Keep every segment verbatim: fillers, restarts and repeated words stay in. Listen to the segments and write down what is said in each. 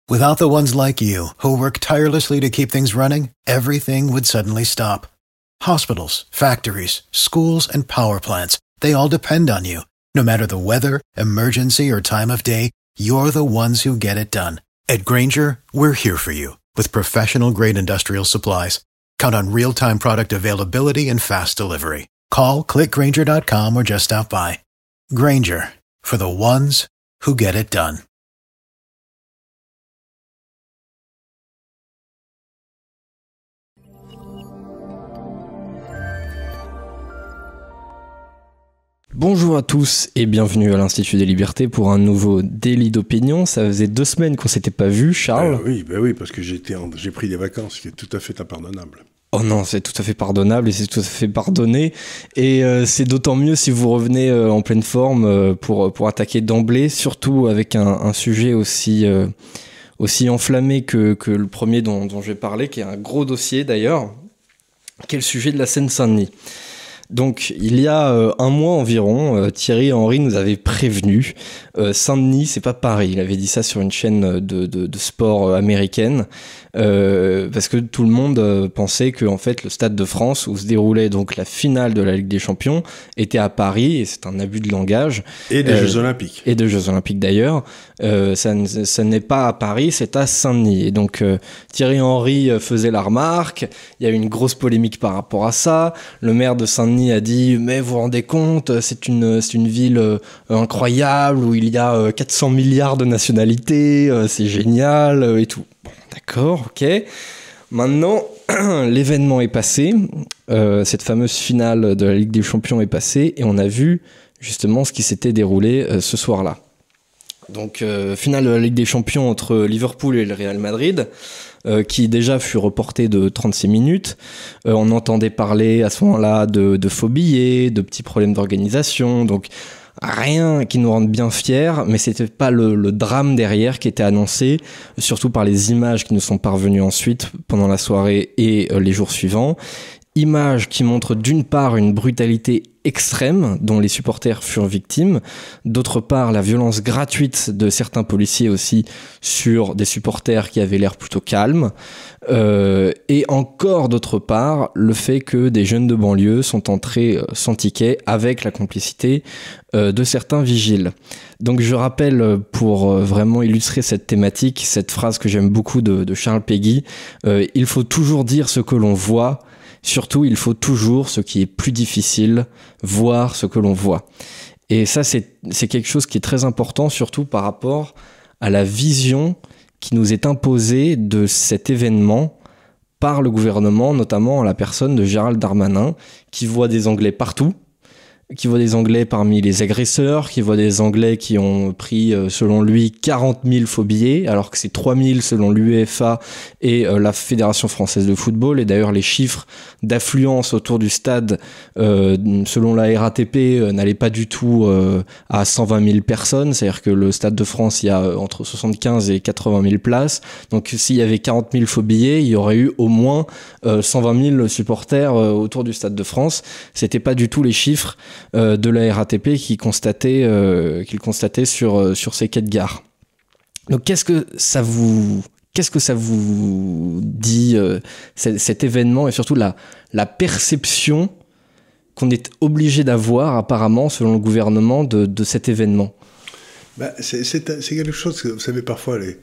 Without the ones like you, who work tirelessly to keep things running, everything would suddenly stop. Hospitals, factories, schools, and power plants, they all depend on you. No matter the weather, emergency, or time of day, you're the ones who get it done. At Grainger, we're here for you with professional-grade industrial supplies. Count on real-time product availability and fast delivery. Call, click grainger dot com, or just stop by. Grainger, for the ones who get it done. Bonjour à tous et bienvenue à l'Institut des Libertés pour un nouveau délit d'opinion. Ça faisait deux semaines qu'on s'était pas vu, Charles. Euh, oui, bah oui, parce que j'étais en... j'ai pris des vacances, ce qui est tout à fait impardonnable. Oh non, c'est tout à fait pardonnable et c'est tout à fait pardonné. Et euh, c'est d'autant mieux si vous revenez euh, en pleine forme euh, pour, pour attaquer d'emblée, surtout avec un, un sujet aussi, euh, aussi enflammé que, que le premier dont, dont je vais parler, qui est un gros dossier d'ailleurs, qui est le sujet de la Seine-Saint-Denis. Donc, il y a euh, un mois environ, euh, Thierry Henry nous avait prévenu, euh, Saint-Denis, c'est pas Paris. Il avait dit ça sur une chaîne de, de, de sport euh, américaine, euh, parce que tout le monde euh, pensait que en fait le Stade de France, où se déroulait donc la finale de la Ligue des Champions, était à Paris, et c'est un abus de langage. Et des euh, Jeux Olympiques. Et des Jeux Olympiques d'ailleurs. Euh, ça, ça n'est pas à Paris, c'est à Saint-Denis. Et donc euh, Thierry Henry faisait la remarque. Il y a eu une grosse polémique par rapport à ça. Le maire de Saint-Denis a dit mais vous vous rendez compte, c'est une c'est une ville euh, incroyable où il y a euh, quatre cents milliards de nationalités, euh, c'est génial euh, et tout. Bon, d'accord, ok. Maintenant, l'événement est passé, euh, cette fameuse finale de la Ligue des Champions est passée et on a vu justement ce qui s'était déroulé euh, ce soir-là. Donc, euh, finale de la Ligue des Champions entre Liverpool et le Real Madrid, euh, qui déjà fut reportée de trente-six minutes. Euh, on entendait parler à ce moment-là de, de faux billets, de petits problèmes d'organisation, donc rien qui nous rende bien fiers, mais c'était pas le, le drame derrière qui était annoncé, surtout par les images qui nous sont parvenues ensuite pendant la soirée et euh, les jours suivants. Images qui montrent d'une part une brutalité extrême dont les supporters furent victimes, d'autre part la violence gratuite de certains policiers aussi sur des supporters qui avaient l'air plutôt calmes, euh, et encore d'autre part le fait que des jeunes de banlieue sont entrés sans ticket avec la complicité euh, de certains vigiles. Donc je rappelle, pour vraiment illustrer cette thématique, cette phrase que j'aime beaucoup de, de Charles Péguy, euh, il faut toujours dire ce que l'on voit. Surtout, il faut toujours, ce qui est plus difficile, voir ce que l'on voit. Et ça, c'est, c'est quelque chose qui est très important, surtout par rapport à la vision qui nous est imposée de cet événement par le gouvernement, notamment en la personne de Gérald Darmanin, qui voit des Anglais partout, qui voit des Anglais parmi les agresseurs, qui voit des Anglais qui ont pris, selon lui, quarante mille faux billets, alors que c'est trois mille selon l'UEFA et euh, la Fédération française de football. Et d'ailleurs, les chiffres d'affluence autour du stade, euh, selon la R A T P, euh, n'allaient pas du tout euh, à cent vingt mille personnes. C'est-à-dire que le Stade de France, il y a euh, entre soixante-quinze et quatre-vingt mille places. Donc, s'il y avait quarante mille faux billets, il y aurait eu au moins euh, cent vingt mille supporters euh, autour du Stade de France. C'était pas du tout les chiffres Euh, de la R A T P qui constatait, euh, qu'il constatait sur, euh, sur ces quais de gare. Donc qu'est-ce que ça vous, qu'est-ce que ça vous dit, euh, cet, cet événement et surtout la, la perception qu'on est obligé d'avoir apparemment selon le gouvernement de, de cet événement? Bah, c'est, c'est, c'est quelque chose que, vous savez, parfois les...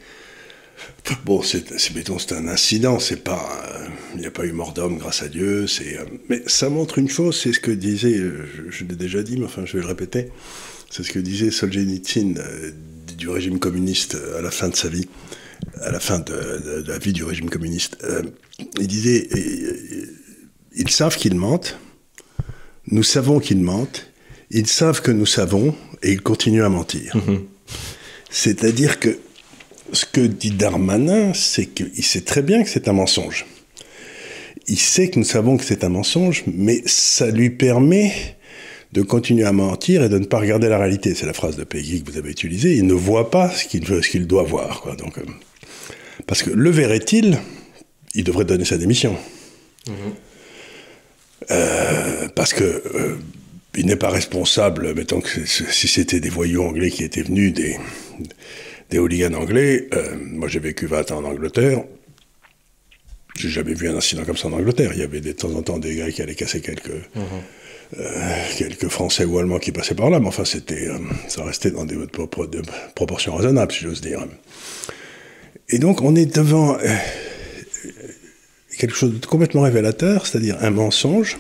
Bon, c'est, c'est, mettons, c'est un incident, c'est pas, il euh, n'y a pas eu mort d'homme, grâce à Dieu, c'est, euh, mais ça montre une chose, c'est ce que disait, euh, je, je l'ai déjà dit, mais enfin je vais le répéter, c'est ce que disait Solzhenitsyn euh, du régime communiste à la fin de sa vie, à la fin de, de, de la vie du régime communiste. Euh, il disait, et, et, ils savent qu'ils mentent, nous savons qu'ils mentent, ils savent que nous savons, et ils continuent à mentir. Mmh. C'est-à-dire que ce que dit Darmanin, c'est qu'il sait très bien que c'est un mensonge. Il sait que nous savons que c'est un mensonge, mais ça lui permet de continuer à mentir et de ne pas regarder la réalité. C'est la phrase de Péguy que vous avez utilisée. Il ne voit pas ce qu'il, veut, ce qu'il doit voir, quoi. Donc, euh, parce que le verrait-il, il devrait donner sa démission. Mmh. Euh, parce que euh, il n'est pas responsable, mettons que si c'était des voyous anglais qui étaient venus, des... des hooligans anglais. Euh, moi, j'ai vécu vingt ans en Angleterre. J'ai jamais vu un incident comme ça en Angleterre. Il y avait de temps en temps des gars qui allaient casser quelques, mmh. euh, quelques Français ou Allemands qui passaient par là, mais enfin, c'était, euh, ça restait dans des de, de, de proportions raisonnables, si j'ose dire. Et donc, on est devant euh, quelque chose de complètement révélateur, c'est-à-dire un mensonge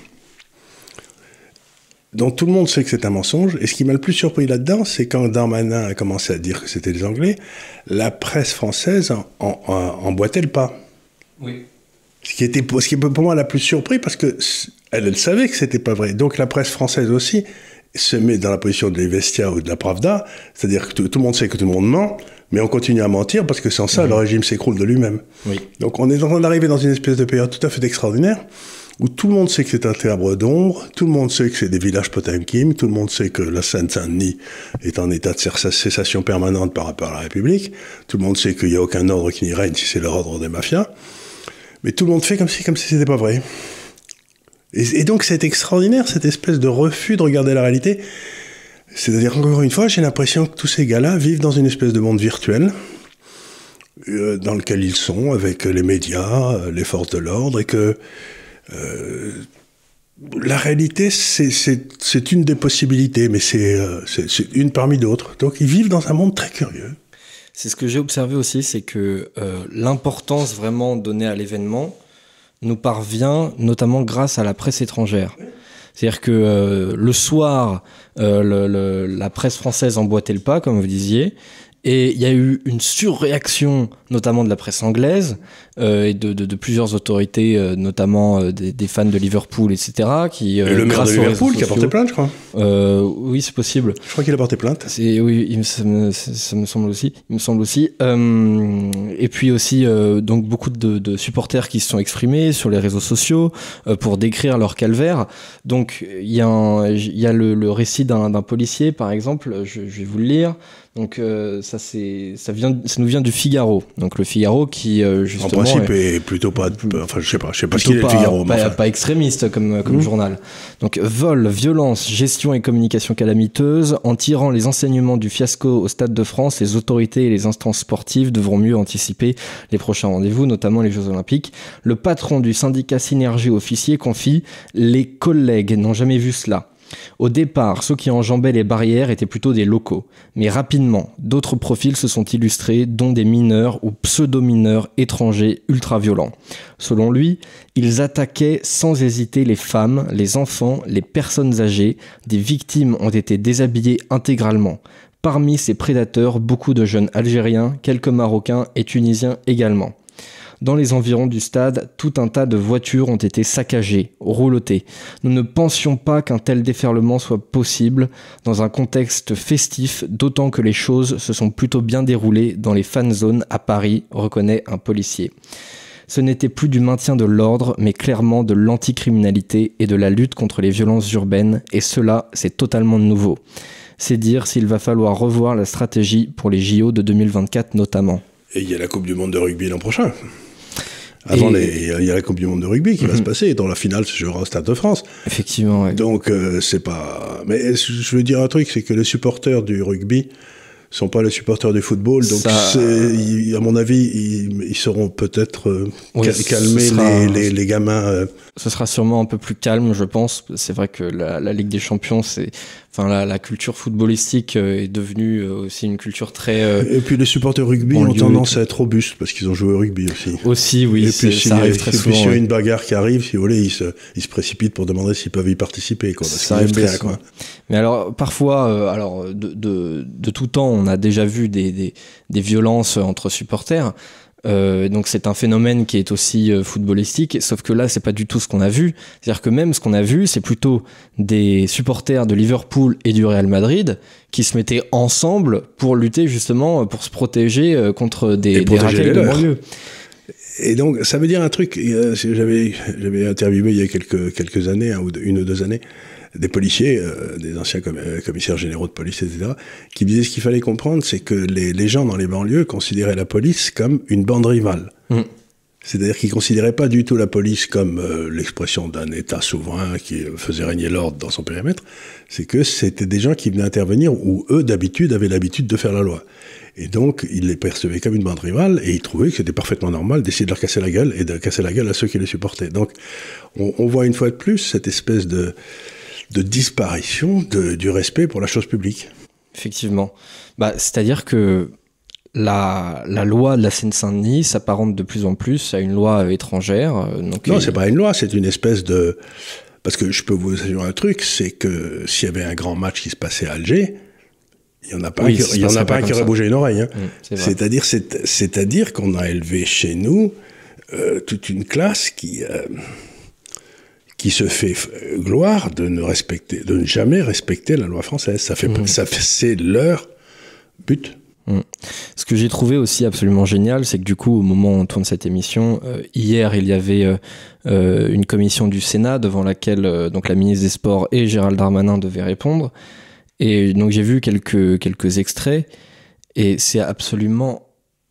dont tout le monde sait que c'est un mensonge. Et ce qui m'a le plus surpris là-dedans, c'est quand Darmanin a commencé à dire que c'était les Anglais, la presse française en, en, en, emboîtait le pas. Oui. Ce qui était, ce qui pour moi l'a plus surpris, parce que elle, elle savait que c'était pas vrai. Donc la presse française aussi se met dans la position de l'Hevestia ou de la Pravda, c'est-à-dire que tout, tout le monde sait que tout le monde ment, mais on continue à mentir parce que sans ça, mmh. le régime s'écroule de lui-même. Oui. Donc on est en train d'arriver dans une espèce de période tout à fait extraordinaire, où tout le monde sait que c'est un théâtre d'ombre, tout le monde sait que c'est des villages Potemkin, tout le monde sait que la Seine-Saint-Denis est en état de cessation permanente par rapport à la République, tout le monde sait qu'il n'y a aucun ordre qui n'y règne si c'est l'ordre des mafias, mais tout le monde fait comme si, comme si c'était pas vrai. Et, et donc c'est extraordinaire, cette espèce de refus de regarder la réalité. C'est-à-dire, encore une fois, j'ai l'impression que tous ces gars-là vivent dans une espèce de monde virtuel, euh, dans lequel ils sont, avec les médias, euh, les forces de l'ordre, et que euh, la réalité, c'est, c'est, c'est une des possibilités, mais c'est, euh, c'est, c'est une parmi d'autres. Donc ils vivent dans un monde très curieux. C'est ce que j'ai observé aussi, c'est que euh, l'importance vraiment donnée à l'événement nous parvient notamment grâce à la presse étrangère. C'est-à-dire que euh, le soir, euh, le, le, la presse française emboîtait le pas, comme vous disiez, et il y a eu une surréaction, notamment de la presse anglaise, euh, et de, de, de plusieurs autorités, euh, notamment euh, des, des fans de Liverpool, et cetera. Qui, euh, et le maire de Liverpool qui a porté plainte, je crois. Euh, oui, c'est possible. Je crois qu'il a porté plainte. C'est, oui, il me, ça, me, ça me semble aussi. Il me semble aussi. Euh, et puis aussi, euh, donc beaucoup de, de supporters qui se sont exprimés sur les réseaux sociaux euh, pour décrire leur calvaire. Donc il y a, un, il y a le, le récit d'un, d'un policier, par exemple. Je, je vais vous le lire. Donc euh, ça c'est ça vient ça nous vient du Figaro. Donc le Figaro qui euh, justement en principe est, est plutôt pas enfin je sais pas je sais pas ce qu'il est le Figaro pas, mais enfin. pas extrémiste comme comme mmh. journal. Donc vol, violence, gestion et communication calamiteuse. En tirant les enseignements du fiasco au Stade de France, les autorités et les instances sportives devront mieux anticiper les prochains rendez-vous, notamment les Jeux Olympiques. Le patron du syndicat Synergie Officiers confie: les collègues n'ont jamais vu cela. Au départ, ceux qui enjambaient les barrières étaient plutôt des locaux. Mais rapidement, d'autres profils se sont illustrés, dont des mineurs ou pseudo-mineurs étrangers ultra-violents. Selon lui, ils attaquaient sans hésiter les femmes, les enfants, les personnes âgées. Des victimes ont été déshabillées intégralement. Parmi ces prédateurs, beaucoup de jeunes Algériens, quelques Marocains et Tunisiens également. Dans les environs du stade, tout un tas de voitures ont été saccagées, roulottées. Nous ne pensions pas qu'un tel déferlement soit possible dans un contexte festif, d'autant que les choses se sont plutôt bien déroulées dans les fan zones à Paris, reconnaît un policier. Ce n'était plus du maintien de l'ordre, mais clairement de l'anticriminalité et de la lutte contre les violences urbaines, et cela, c'est totalement nouveau. C'est dire s'il va falloir revoir la stratégie pour les J O de deux mille vingt-quatre notamment. Et il y a la Coupe du Monde de rugby l'an prochain. Avant, et... les, il y a la Coupe du Monde de rugby qui mm-hmm. va se passer, et dans la finale, se jouera au Stade de France. Effectivement, ouais. Donc, euh, c'est pas... Mais je veux dire un truc, c'est que les supporters du rugby sont pas les supporters du football, donc ça... c'est, ils, à mon avis, ils, ils seront peut-être euh, oui, cal- calmer sera... les, les, les gamins. Euh... Ce sera sûrement un peu plus calme, je pense. C'est vrai que la, la Ligue des Champions, c'est... Enfin, la, la culture footballistique euh, est devenue euh, aussi une culture très... Euh, et puis les supporters rugby ont tendance à être robustes, parce qu'ils ont joué au rugby aussi. Aussi, oui, et puis, si ça arrive y a, très et souvent. puis s'il y a ouais. une bagarre qui arrive, si vous voulez, ils se, ils se précipitent pour demander s'ils peuvent y participer. Quoi, parce ça arrive très souvent. Quoi. Mais alors, parfois, euh, alors, de, de, de tout temps, on a déjà vu des, des, des violences entre supporters. Euh, donc c'est un phénomène qui est aussi euh, footballistique, sauf que là c'est pas du tout ce qu'on a vu. C'est-à-dire que même ce qu'on a vu, c'est plutôt des supporters de Liverpool et du Real Madrid qui se mettaient ensemble pour lutter justement, pour se protéger euh, contre des, des raquettes de banlieue. Et donc ça veut dire un truc, euh, j'avais, j'avais interviewé il y a quelques, quelques années, hein, ou deux, une ou deux années, des policiers, euh, des anciens com- commissaires généraux de police, et cetera, qui disaient ce qu'il fallait comprendre, c'est que les, les gens dans les banlieues considéraient la police comme une bande rivale. Mmh. C'est-à-dire qu'ils ne considéraient pas du tout la police comme euh, l'expression d'un État souverain qui faisait régner l'ordre dans son périmètre. C'est que c'était des gens qui venaient intervenir où eux, d'habitude, avaient l'habitude de faire la loi. Et donc, ils les percevaient comme une bande rivale et ils trouvaient que c'était parfaitement normal d'essayer de leur casser la gueule et de casser la gueule à ceux qui les supportaient. Donc, on, on voit une fois de plus cette espèce de, de disparition de, du respect pour la chose publique. Effectivement. Bah, c'est-à-dire que La, la loi de la Seine-Saint-Denis s'apparente de plus en plus à une loi étrangère. Donc non, il... c'est pas une loi, c'est une espèce de... Parce que je peux vous assurer un truc, c'est que s'il y avait un grand match qui se passait à Alger, il n'y en a pas oui, un qui, il y en a pas un qui aurait bougé une oreille. Hein. Mmh, c'est c'est-à-dire, c'est, c'est-à-dire qu'on a élevé chez nous euh, toute une classe qui... Euh, qui se fait gloire de ne respecter, de ne jamais respecter la loi française. Ça fait, mmh. ça fait, c'est leur but. Mmh. Ce que j'ai trouvé aussi absolument génial, c'est que du coup, au moment où on tourne cette émission, euh, hier, il y avait euh, euh, une commission du Sénat devant laquelle euh, donc la ministre des Sports et Gérald Darmanin devaient répondre. Et donc j'ai vu quelques, quelques extraits et c'est absolument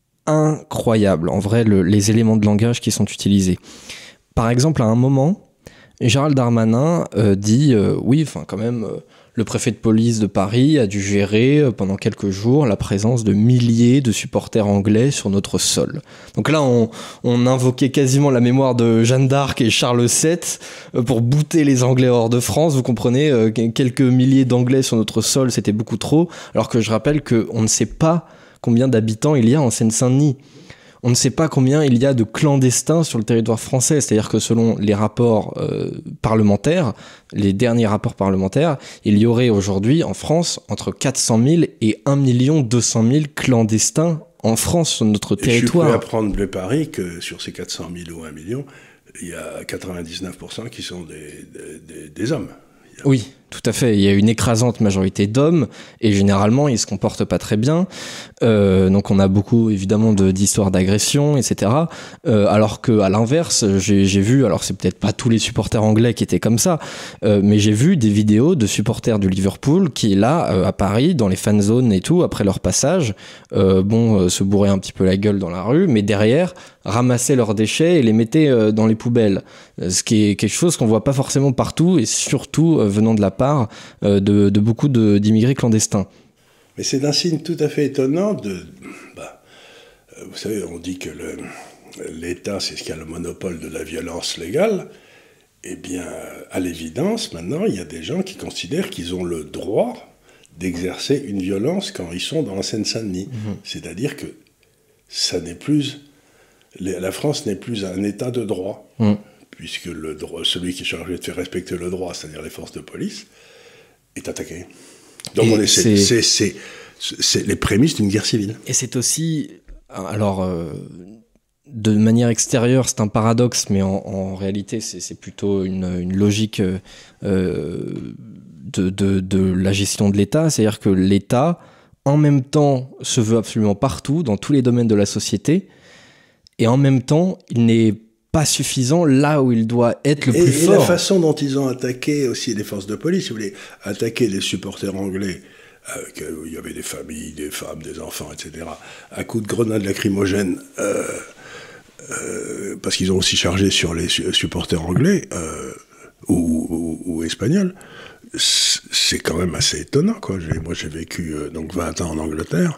incroyable, en vrai, le, les éléments de langage qui sont utilisés. Par exemple, à un moment, Gérald Darmanin euh, dit euh, oui, enfin quand même... Euh, le préfet de police de Paris a dû gérer pendant quelques jours la présence de milliers de supporters anglais sur notre sol. Donc là, on, on invoquait quasiment la mémoire de Jeanne d'Arc et Charles sept pour bouter les Anglais hors de France. Vous comprenez, quelques milliers d'Anglais sur notre sol, c'était beaucoup trop. Alors que je rappelle qu'on ne sait pas combien d'habitants il y a en Seine-Saint-Denis. On ne sait pas combien il y a de clandestins sur le territoire français. C'est-à-dire que selon les rapports euh, parlementaires, les derniers rapports parlementaires, il y aurait aujourd'hui en France entre quatre cent mille et un million deux cent mille clandestins en France sur notre territoire. Et je suis prêt à prendre le pari que sur ces quatre cent mille ou un million, il y a quatre-vingt-dix-neuf pour cent qui sont des, des, des, des hommes. Oui, tout à fait. Il y a une écrasante majorité d'hommes et généralement, ils se comportent pas très bien. Euh, donc, on a beaucoup, évidemment, de, d'histoires d'agression, et cetera. Euh, alors que, à l'inverse, j'ai, j'ai vu, alors c'est peut-être pas tous les supporters anglais qui étaient comme ça, euh, mais j'ai vu des vidéos de supporters du Liverpool qui, là, euh, à Paris, dans les fan zones et tout, après leur passage, euh, bon, euh, se bourraient un petit peu la gueule dans la rue, mais derrière, ramassaient leurs déchets et les mettaient euh, dans les poubelles. Euh, ce qui est quelque chose qu'on voit pas forcément partout et surtout euh, venant de la part euh, de, de beaucoup de, d'immigrés clandestins. Mais c'est un signe tout à fait étonnant de... Bah, euh, vous savez, on dit que le, l'État, c'est ce qui a le monopole de la violence légale. Eh bien, à l'évidence, maintenant, il y a des gens qui considèrent qu'ils ont le droit d'exercer une violence quand ils sont dans la Seine-Saint-Denis. Mmh. C'est-à-dire que ça n'est plus... La France n'est plus un État de droit, mmh. puisque le droit, celui qui est chargé de faire respecter le droit, c'est-à-dire les forces de police, est attaqué. Donc on est, c'est, c'est, c'est, c'est, c'est les prémices d'une guerre civile. Et c'est aussi, alors, euh, de manière extérieure, c'est un paradoxe, mais en, en réalité, c'est, c'est plutôt une, une logique euh, de, de, de la gestion de l'État, c'est-à-dire que l'État, en même temps, se veut absolument partout, dans tous les domaines de la société, et en même temps, il n'est pas suffisant là où il doit être le et, plus et fort. Et la façon dont ils ont attaqué aussi les forces de police, si vous voulez, attaquer les supporters anglais, euh, où il y avait des familles, des femmes, des enfants, et cetera, à coups de grenades lacrymogènes, euh, euh, parce qu'ils ont aussi chargé sur les su- supporters anglais euh, ou, ou, ou espagnols, c'est quand même assez étonnant, quoi. J'ai, moi, j'ai vécu euh, donc vingt ans en Angleterre.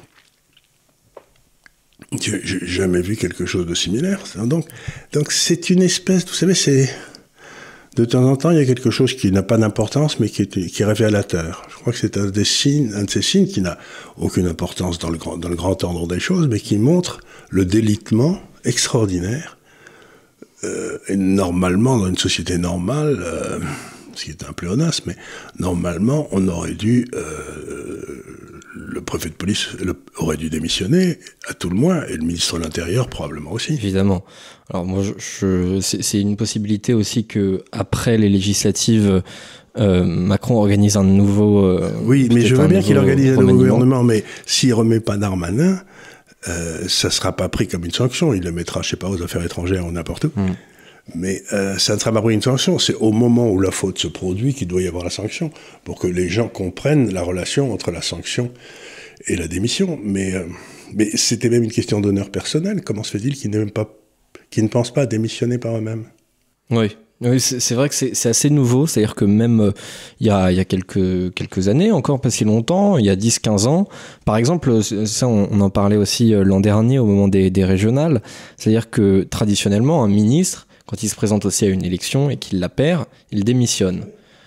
J'ai jamais vu quelque chose de similaire. Donc, donc c'est une espèce, vous savez, c'est de temps en temps il y a quelque chose qui n'a pas d'importance, mais qui est, qui est révélateur. Je crois que c'est un des signes, un de ces signes qui n'a aucune importance dans le grand, dans le grand ordre des choses, mais qui montre le délitement extraordinaire. Euh, et normalement, dans une société normale, euh, ce qui est un pléonasme, mais normalement, on aurait dû euh, le préfet de police le, aurait dû démissionner, à tout le moins, et le ministre de l'Intérieur probablement aussi. Évidemment. Alors moi, je, je, c'est, c'est une possibilité aussi que après les législatives, euh, Macron organise un nouveau. Euh, oui, mais je veux bien qu'il organise un nouveau gouvernement, mais s'il remet pas Darmanin, euh, ça sera pas pris comme une sanction. Il le mettra, je sais pas, aux affaires étrangères ou n'importe où. Mmh. Mais euh, ça ne sera pas pris une sanction. C'est au moment où la faute se produit qu'il doit y avoir la sanction, pour que les gens comprennent la relation entre la sanction et la démission. Mais, euh, mais c'était même une question d'honneur personnel. Comment se fait-il qu'il n'ait même pas, qui ne pensent pas démissionner par eux-mêmes. Oui. Oui, c'est, c'est vrai que c'est, c'est assez nouveau, c'est-à-dire que même euh, il y a, il y a quelques, quelques années, encore pas si longtemps, il y a dix quinze ans, par exemple, ça on, on en parlait aussi l'an dernier au moment des, des régionales, c'est-à-dire que traditionnellement, un ministre, quand il se présente aussi à une élection et qu'il la perd, il démissionne.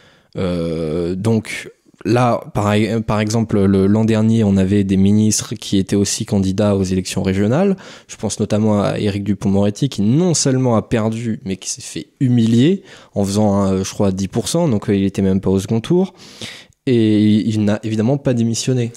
Euh, donc là, par, par exemple, le, l'an dernier, on avait des ministres qui étaient aussi candidats aux élections régionales. Je pense notamment à Éric Dupond-Moretti, qui non seulement a perdu, mais qui s'est fait humilier en faisant, un, je crois, dix pour cent, donc il n'était même pas au second tour. Et il n'a évidemment pas démissionné.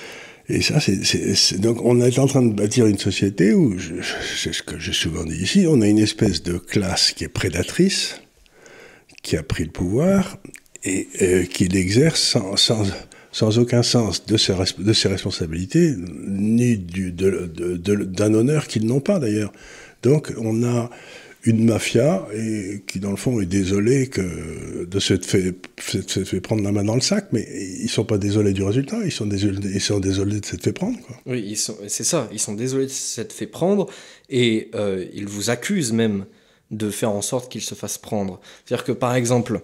Et ça, c'est, c'est, c'est... Donc on est en train de bâtir une société où, je, c'est ce que j'ai souvent dit ici, on a une espèce de classe qui est prédatrice, qui a pris le pouvoir, et euh, qui l'exerce sans, sans, sans aucun sens de ses, de ses responsabilités, ni du, de, de, de, d'un honneur qu'ils n'ont pas d'ailleurs. Donc on a une mafia et, qui dans le fond est désolée que de s'être fait, fait, fait prendre la main dans le sac, mais ils ne sont pas désolés du résultat, ils sont désolés, ils sont désolés de s'être fait prendre, quoi. Oui, ils sont, c'est ça, ils sont désolés de s'être fait prendre, et euh, ils vous accusent même de faire en sorte qu'ils se fassent prendre. C'est-à-dire que par exemple,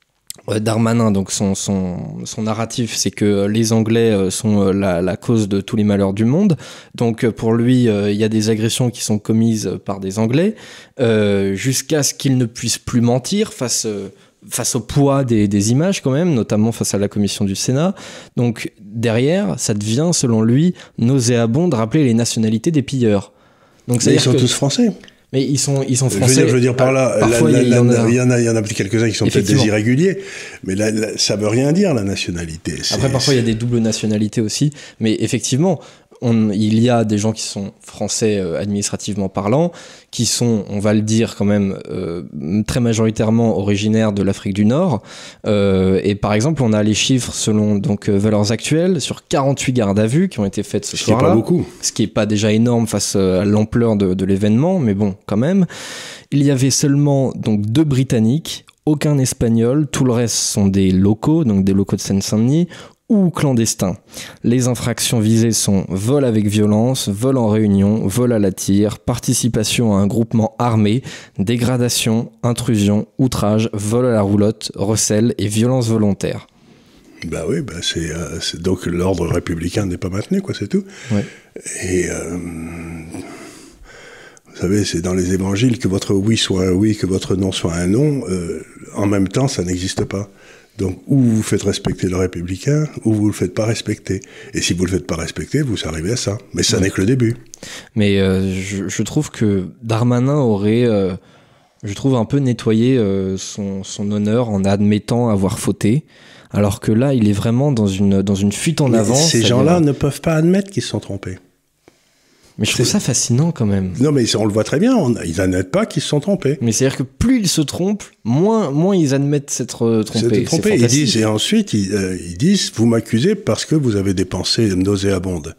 Darmanin, donc son, son, son narratif, c'est que les Anglais sont la, la cause de tous les malheurs du monde. Donc pour lui, il euh, y a des agressions qui sont commises par des Anglais, euh, jusqu'à ce qu'il ne puisse plus mentir face, euh, face au poids des, des images quand même, notamment face à la commission du Sénat. Donc derrière, ça devient, selon lui, nauséabond de rappeler les nationalités des pilleurs. Donc, mais ils sont que... tous français. Mais ils sont, ils sont français. Je veux dire, je veux dire par là, parfois, la, la, il y en a, il y en a, il y en a quelques-uns qui sont peut-être des irréguliers, mais là, là, ça veut rien dire, la nationalité. C'est, Après, parfois, il y a des doubles nationalités aussi, mais effectivement, on, il y a des gens qui sont français euh, administrativement parlant, qui sont, on va le dire quand même, euh, très majoritairement originaires de l'Afrique du Nord. Euh, et par exemple, on a les chiffres selon donc euh, valeurs actuelles sur quarante-huit gardes à vue qui ont été faites ce ce soir-là. Ce qui n'est pas beaucoup. Ce qui n'est pas déjà énorme face à l'ampleur de, de l'événement, mais bon, quand même. Il y avait seulement donc deux Britanniques, aucun Espagnol, tout le reste sont des locaux, donc des locaux de Seine-Saint-Denis, ou clandestins. Les infractions visées sont vol avec violence, vol en réunion, vol à la tire, participation à un groupement armé, dégradation, intrusion, outrage, vol à la roulotte, recel et violence volontaire. Bah oui, bah c'est, euh, c'est donc l'ordre républicain n'est pas maintenu, quoi, c'est tout. Ouais. Et euh, vous savez, c'est dans les évangiles que votre oui soit un oui, que votre non soit un non. Euh, en même temps, ça n'existe pas. Donc, ou vous faites respecter le républicain, ou vous le faites pas respecter. Et si vous le faites pas respecter, vous arrivez à ça. Mais ça ouais. n'est que le début. Mais euh, je, je trouve que Darmanin aurait, euh, je trouve, un peu nettoyé euh, son, son honneur en admettant avoir fauté. Alors que là, il est vraiment dans une, dans une fuite en Mais avant. Ces gens-là ne peuvent pas admettre qu'ils se sont trompés. Mais je trouve ça fascinant quand même. Non, mais on le voit très bien, on, ils n'admettent pas qu'ils se sont trompés. Mais c'est-à-dire que plus ils se trompent, moins, moins ils admettent s'être trompés. C'est trompé. Ils disent, et ensuite, ils, euh, ils disent, vous m'accusez parce que vous avez des pensées nauséabondes.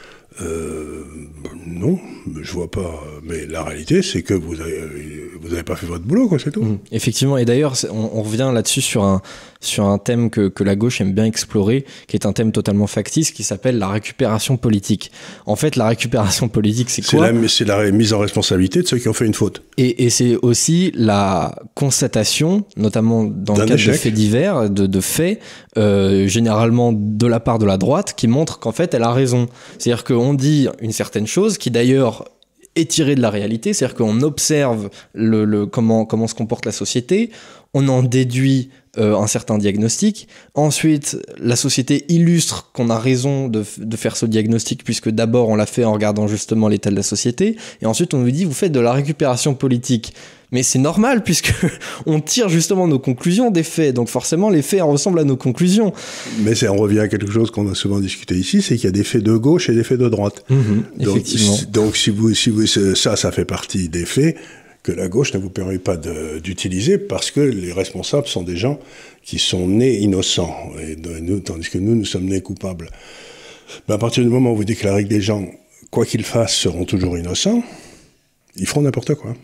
Euh, non, je vois pas. Mais la réalité, c'est que vous avez, vous avez pas fait votre boulot, quoi, c'est tout. Mmh, effectivement. Et d'ailleurs, on, on revient là-dessus sur un, sur un thème que, que la gauche aime bien explorer, qui est un thème totalement factice, qui s'appelle la récupération politique. En fait, la récupération politique, c'est quoi ? C'est la, c'est la mise en responsabilité de ceux qui ont fait une faute. Et, et c'est aussi la constatation, notamment dans le cadre de faits divers, de, de faits, euh, généralement de la part de la droite, qui montrent qu'en fait, elle a raison. C'est-à-dire qu'on dit une certaine chose, qui d'ailleurs est tirée de la réalité, c'est-à-dire qu'on observe le, le, comment, comment se comporte la société, on en déduit euh, un certain diagnostic. Ensuite, la société illustre qu'on a raison de, de faire ce diagnostic, puisque d'abord on l'a fait en regardant justement l'état de la société, et ensuite on nous dit vous faites de la récupération politique. Mais c'est normal, puisque on tire justement nos conclusions des faits, donc forcément les faits ressemblent à nos conclusions. Mais c'est, on revient à quelque chose qu'on a souvent discuté ici, c'est qu'il y a des faits de gauche et des faits de droite. Mmh, donc, effectivement. Donc si vous, si vous, ça, ça fait partie des faits que la gauche ne vous permet pas de, d'utiliser parce que les responsables sont des gens qui sont nés innocents, et nous, tandis que nous, nous sommes nés coupables. Mais à partir du moment où vous déclarez que les gens, quoi qu'ils fassent, seront toujours innocents, ils feront n'importe quoi.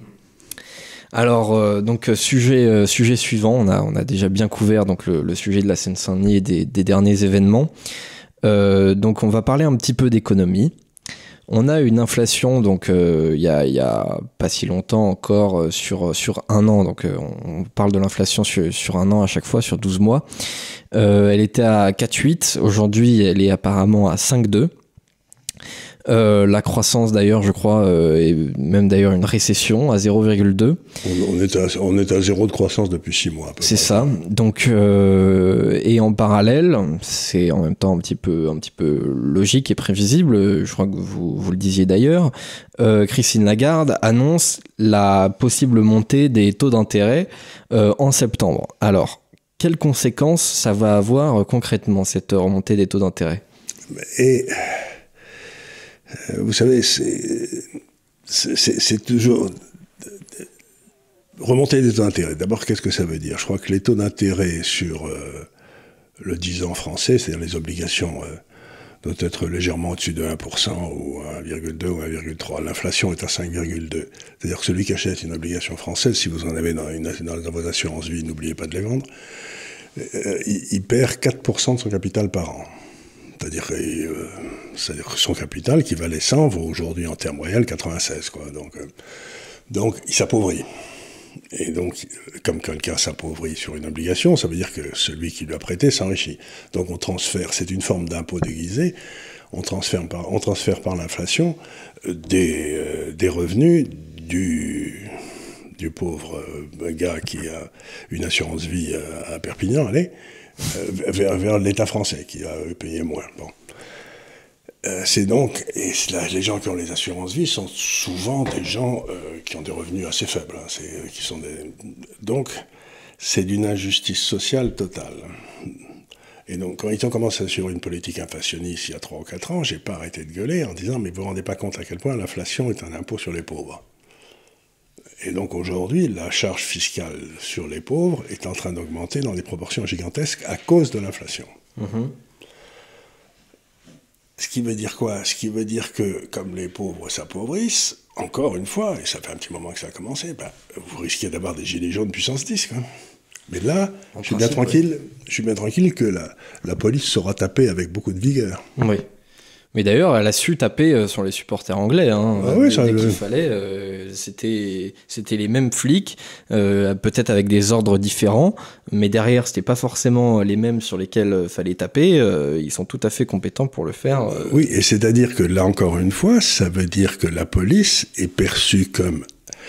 Alors, euh, donc, sujet, euh, sujet suivant, on a, on a déjà bien couvert donc, le, le sujet de la Seine-Saint-Denis et des, des derniers événements. Euh, donc, on va parler un petit peu d'économie. On a une inflation, donc il euh, y, a, y a pas si longtemps encore, euh, sur, sur un an, donc euh, on parle de l'inflation sur, sur un an à chaque fois, sur douze mois. Euh, elle était à quatre virgule huit, aujourd'hui elle est apparemment à cinq virgule deux. Euh, la croissance d'ailleurs je crois euh, et même d'ailleurs une récession à zéro virgule deux. On, on, est à, on est à zéro de croissance depuis six mois. C'est ça. Donc euh, et en parallèle, c'est en même temps un petit peu un petit peu logique et prévisible. Je crois que vous vous le disiez d'ailleurs. Euh, Christine Lagarde annonce la possible montée des taux d'intérêt euh, en septembre. Alors quelles conséquences ça va avoir euh, concrètement cette remontée des taux d'intérêt? Et vous savez, c'est, c'est, c'est toujours remonter les taux d'intérêt. D'abord, qu'est-ce que ça veut dire? Je crois que les taux d'intérêt sur euh, le dix ans français, c'est-à-dire les obligations, euh, doivent être légèrement au-dessus de un pour cent ou un virgule deux ou un virgule trois. L'inflation est à cinq virgule deux. C'est-à-dire que celui qui achète une obligation française, si vous en avez dans, une, dans vos assurances vie, n'oubliez pas de les vendre, euh, il, il perd quatre pour cent de son capital par an. C'est-à-dire que, euh, c'est-à-dire que son capital, qui valait cent, vaut aujourd'hui en termes réels quatre-vingt-seize. Quoi. Donc, euh, donc, il s'appauvrit. Et donc, comme quelqu'un s'appauvrit sur une obligation, ça veut dire que celui qui lui a prêté s'enrichit. Donc on transfère, c'est une forme d'impôt déguisé, on transfère par, on transfère par l'inflation des, euh, des revenus du, du pauvre euh, gars qui a une assurance vie à, à Perpignan, allez, euh, vers, vers l'État français qui a payé moins. Bon. Euh, c'est donc, et là, les gens qui ont les assurances vie sont souvent des gens euh, qui ont des revenus assez faibles. Hein, c'est, qui sont des, donc, c'est d'une injustice sociale totale. Et donc, quand ils ont commencé sur une politique inflationniste il y a trois ou quatre ans, j'ai pas arrêté de gueuler en disant « mais vous vous rendez pas compte à quel point l'inflation est un impôt sur les pauvres ». Et donc aujourd'hui, la charge fiscale sur les pauvres est en train d'augmenter dans des proportions gigantesques à cause de l'inflation. Mmh. Ce qui veut dire quoi? Ce qui veut dire que, comme les pauvres s'appauvrissent, encore une fois, et ça fait un petit moment que ça a commencé, ben, vous risquez d'avoir des gilets jaunes puissance dix. Quoi. Mais là, je suis, bien tranquille, oui. je suis bien tranquille que la, la police saura taper avec beaucoup de vigueur. Oui. Mais d'ailleurs, elle a su taper sur les supporters anglais. Hein. Ah oui, dès ça, dès le... qu'il fallait, euh, c'était, c'était les mêmes flics, euh, peut-être avec des ordres différents, mais derrière, c'était pas forcément les mêmes sur lesquels il fallait taper. Euh, ils sont tout à fait compétents pour le faire. Euh... Oui, et c'est-à-dire que là, encore une fois, ça veut dire que la police est perçue comme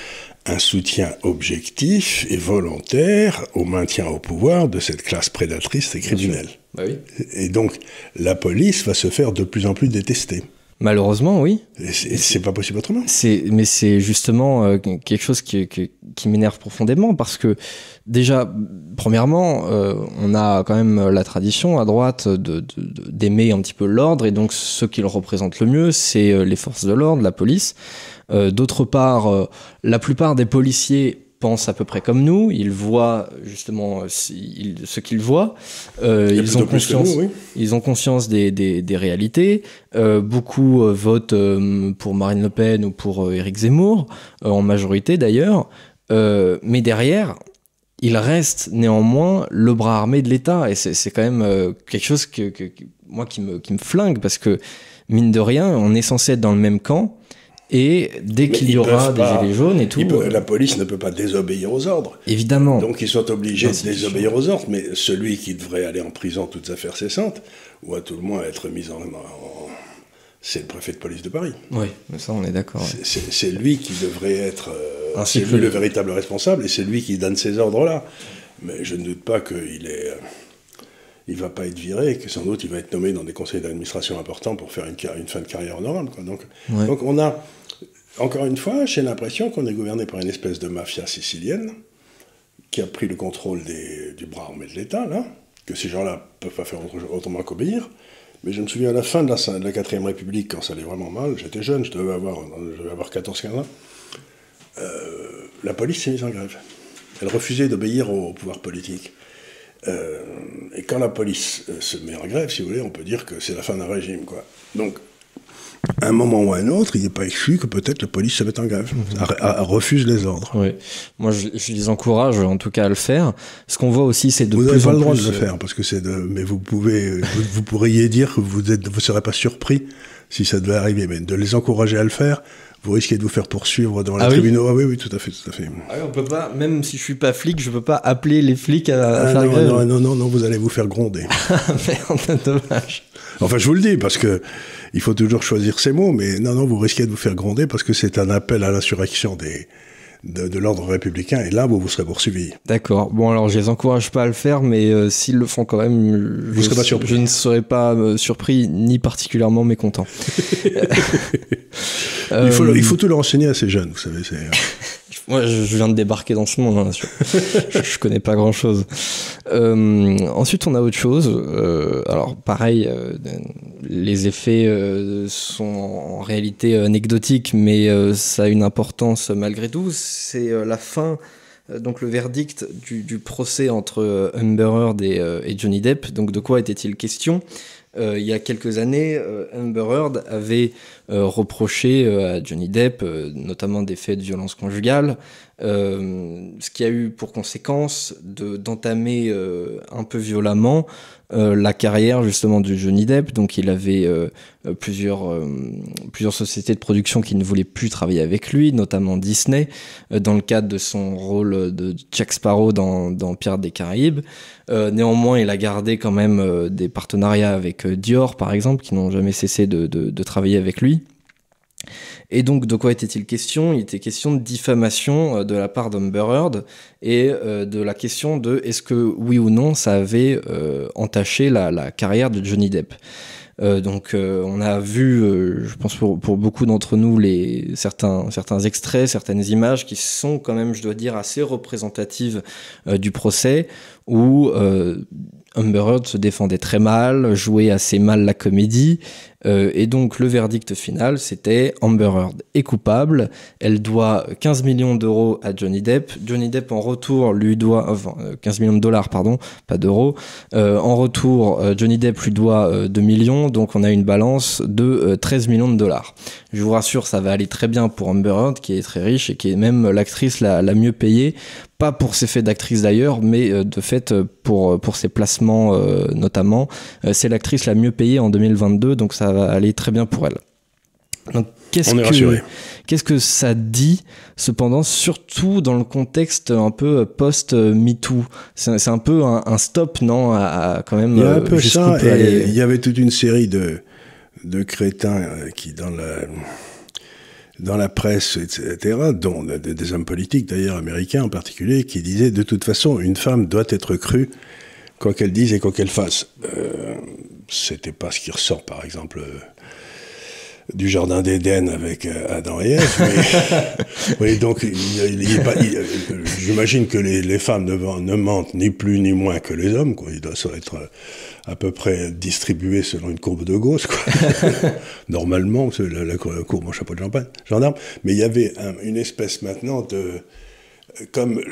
un soutien objectif et volontaire au maintien au pouvoir de cette classe prédatrice et criminelle. Bah oui. Et donc, la police va se faire de plus en plus détester. Malheureusement, oui. Et c'est, c'est pas possible autrement. C'est, mais c'est justement euh, quelque chose qui, qui, qui m'énerve profondément parce que, déjà, premièrement, euh, on a quand même la tradition à droite de, de, de, d'aimer un petit peu l'ordre et donc ceux qui le représentent le mieux, c'est les forces de l'ordre, la police. Euh, d'autre part, euh, la plupart des policiers pensent à peu près comme nous, ils voient justement ils, ce qu'ils voient, euh, ils, ont conscience, nous, oui. ils ont conscience des, des, des réalités, euh, beaucoup euh, votent euh, pour Marine Le Pen ou pour euh, Éric Zemmour, euh, en majorité d'ailleurs, euh, mais derrière, il reste néanmoins le bras armé de l'État, et c'est, c'est quand même euh, quelque chose que, que, que, moi qui me, qui me flingue, parce que mine de rien, on est censé être dans le même camp, et dès mais qu'il y aura des gilets jaunes et tout... Peut, la police ne peut pas désobéir aux ordres. Évidemment. Donc ils sont obligés non, de désobéir aux ordres, mais celui qui devrait aller en prison toute affaire cessante, ou à tout le moins être mis en... en... c'est le préfet de police de Paris. Oui, mais ça on est d'accord. C'est, ouais. c'est, c'est lui qui devrait être... Euh, c'est lui le véritable responsable, et c'est lui qui donne ces ordres-là. Mais je ne doute pas qu'il est... Euh, il ne va pas être viré, et que sans doute il va être nommé dans des conseils d'administration importants pour faire une, une fin de carrière honorable. Quoi. Donc, ouais. donc on a... Encore une fois, j'ai l'impression qu'on est gouverné par une espèce de mafia sicilienne qui a pris le contrôle des, du bras armé de l'État, là, que ces gens-là ne peuvent pas faire autrement qu'obéir. Mais je me souviens à la fin de la, de la quatrième République, quand ça allait vraiment mal, j'étais jeune, je devais avoir, je devais avoir quatorze quinze ans, euh, la police s'est mise en grève. Elle refusait d'obéir au pouvoir politique. Euh, et quand la police euh, se met en grève, si vous voulez, on peut dire que c'est la fin d'un régime, quoi. Donc, à un moment ou à un autre, il n'est pas exclu que peut-être la police se mette en grève, mmh. à, à, à refuse les ordres. Oui. Moi, je, je les encourage en tout cas à le faire. Ce qu'on voit aussi, c'est de vous plus en plus... Vous n'avez pas le droit de le faire, parce que c'est de... mais vous pouvez, vous, vous pourriez dire que vous ne vous serez pas surpris si ça devait arriver, mais de les encourager à le faire, vous risquez de vous faire poursuivre devant les ah tribunaux. Oui ah oui, oui, tout à fait, tout à fait. Ah oui, on peut pas, même si je suis pas flic, je peux pas appeler les flics à, à ah faire non, grève. Non, non, non, non, vous allez vous faire gronder. Merde, dommage. Enfin, je vous le dis, parce que il faut toujours choisir ses mots, mais non, non, vous risquez de vous faire gronder parce que c'est un appel à l'insurrection des... De, de l'ordre républicain, et là, vous, vous serez poursuivi. D'accord. Bon, alors, je les encourage pas à le faire, mais euh, s'ils le font quand même, vous je, serez pas surpris. Je ne serai pas euh, surpris, ni particulièrement mécontent. euh, il, faut, il faut tout leur enseigner à ces jeunes, vous savez. C'est... Moi, je viens de débarquer dans ce monde, hein, je, je connais pas grand-chose. Euh, ensuite, on a autre chose. Euh, alors, pareil, euh, les effets euh, sont en réalité anecdotiques, mais euh, ça a une importance malgré tout. C'est euh, la fin, euh, donc le verdict du, du procès entre euh, Amber Heard et, euh, et Johnny Depp. Donc, de quoi était-il question ? Euh, il y a quelques années, euh, Amber Heard avait euh, reproché euh, à Johnny Depp, euh, notamment des faits de violence conjugale, euh, ce qui a eu pour conséquence de, d'entamer euh, un peu violemment euh, la carrière justement de Johnny Depp. Donc il avait euh, plusieurs, euh, plusieurs sociétés de production qui ne voulaient plus travailler avec lui, notamment Disney, euh, dans le cadre de son rôle de Jack Sparrow dans, dans Pirates des Caraïbes. Euh, néanmoins, il a gardé quand même euh, des partenariats avec euh, Dior, par exemple, qui n'ont jamais cessé de, de, de travailler avec lui. Et donc, de quoi était-il question ? Il était question de diffamation euh, de la part d'Amber Heard et euh, de la question de est-ce que, oui ou non, ça avait euh, entaché la, la carrière de Johnny Depp. Euh, donc euh, on a vu, euh, je pense pour, pour beaucoup d'entre nous, les, certains, certains extraits, certaines images qui sont quand même, je dois dire, assez représentatives euh, du procès, où euh, Amber Heard se défendait très mal, jouait assez mal la comédie, euh, et donc le verdict final, c'était Amber Heard est coupable, elle doit quinze millions d'euros à Johnny Depp, Johnny Depp en retour lui doit, enfin quinze millions de dollars pardon, pas d'euros, euh, en retour euh, Johnny Depp lui doit euh, deux millions, donc on a une balance de euh, treize millions de dollars. Je vous rassure, ça va aller très bien pour Amber Heard, qui est très riche et qui est même l'actrice la, la mieux payée, pas pour ses faits d'actrice d'ailleurs, mais euh, de fait pour, pour ses placements euh, notamment. Euh, c'est l'actrice la mieux payée en deux mille vingt-deux, donc ça va aller très bien pour elle. Donc, qu'est-ce On est que, rassuré. Qu'est-ce que ça dit, cependant, surtout dans le contexte un peu post-MeToo ? C'est, c'est un peu un, un stop, non, à, à quand même. Il y a un peu ça, et aller... il y avait toute une série de, de crétins qui, dans la, dans la presse, et cetera, dont des hommes politiques, d'ailleurs américains en particulier, qui disaient de toute façon, une femme doit être crue, quoi qu'elle dise et quoi qu'elle fasse. Euh, c'était pas ce qui ressort, par exemple, euh, du Jardin d'Éden avec euh, Adam et Ève. Mais, oui, donc, il, il, il, pas, il, j'imagine que les, les femmes ne, ne mentent ni plus ni moins que les hommes, quoi. Ils doivent être à peu près distribués selon une courbe de Gauss, quoi. Normalement, c'est la, la, la courbe au chapeau de champagne, gendarme. Mais il y avait un, une espèce maintenant de... Comme...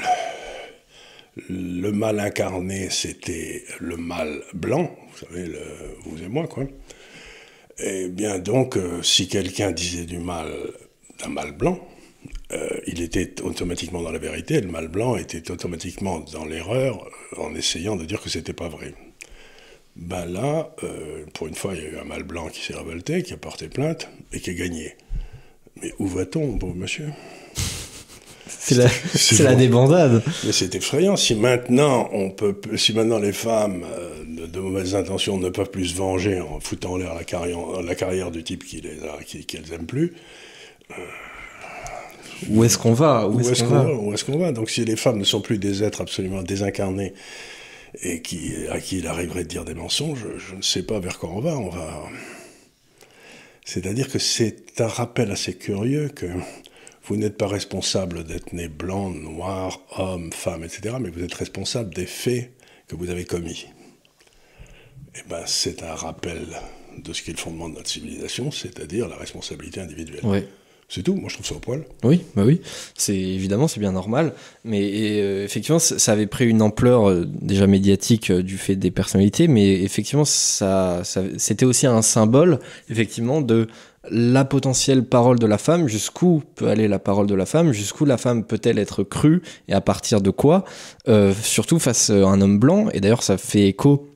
Le mal incarné, c'était le mal blanc, vous savez, le, vous et moi, quoi. Eh bien, donc, euh, si quelqu'un disait du mal d'un mal blanc, euh, il était automatiquement dans la vérité, et le mal blanc était automatiquement dans l'erreur en essayant de dire que c'était pas vrai. Ben là, euh, pour une fois, il y a eu un mal blanc qui s'est révolté, qui a porté plainte et qui a gagné. Mais où va-t-on, beau monsieur ? C'est la, c'est c'est la débandade. Mais c'est effrayant. Si maintenant, on peut, si maintenant les femmes euh, de, de mauvaises intentions ne peuvent plus se venger en foutant en l'air la carrière, la carrière du type qui les a, qui, qu'elles aiment plus. Euh, où est-ce qu'on va Où, où est-ce, est-ce qu'on, qu'on va, va Où est-ce qu'on va Donc si les femmes ne sont plus des êtres absolument désincarnés et qui, à qui il arriverait de dire des mensonges, je, je ne sais pas vers quoi on va. On va. C'est-à-dire que c'est un rappel assez curieux que vous n'êtes pas responsable d'être né blanc, noir, homme, femme, et cetera, mais vous êtes responsable des faits que vous avez commis. Eh bien, c'est un rappel de ce qui est le fondement de notre civilisation, c'est-à-dire la responsabilité individuelle. Oui. C'est tout, moi je trouve ça au poil. Oui, bah oui, c'est, évidemment c'est bien normal, mais et, euh, effectivement ça, ça avait pris une ampleur euh, déjà médiatique euh, du fait des personnalités, mais effectivement ça, ça, c'était aussi un symbole effectivement de la potentielle parole de la femme, jusqu'où peut aller la parole de la femme, jusqu'où la femme peut-elle être crue, et à partir de quoi, euh, surtout face à un homme blanc, et d'ailleurs ça fait écho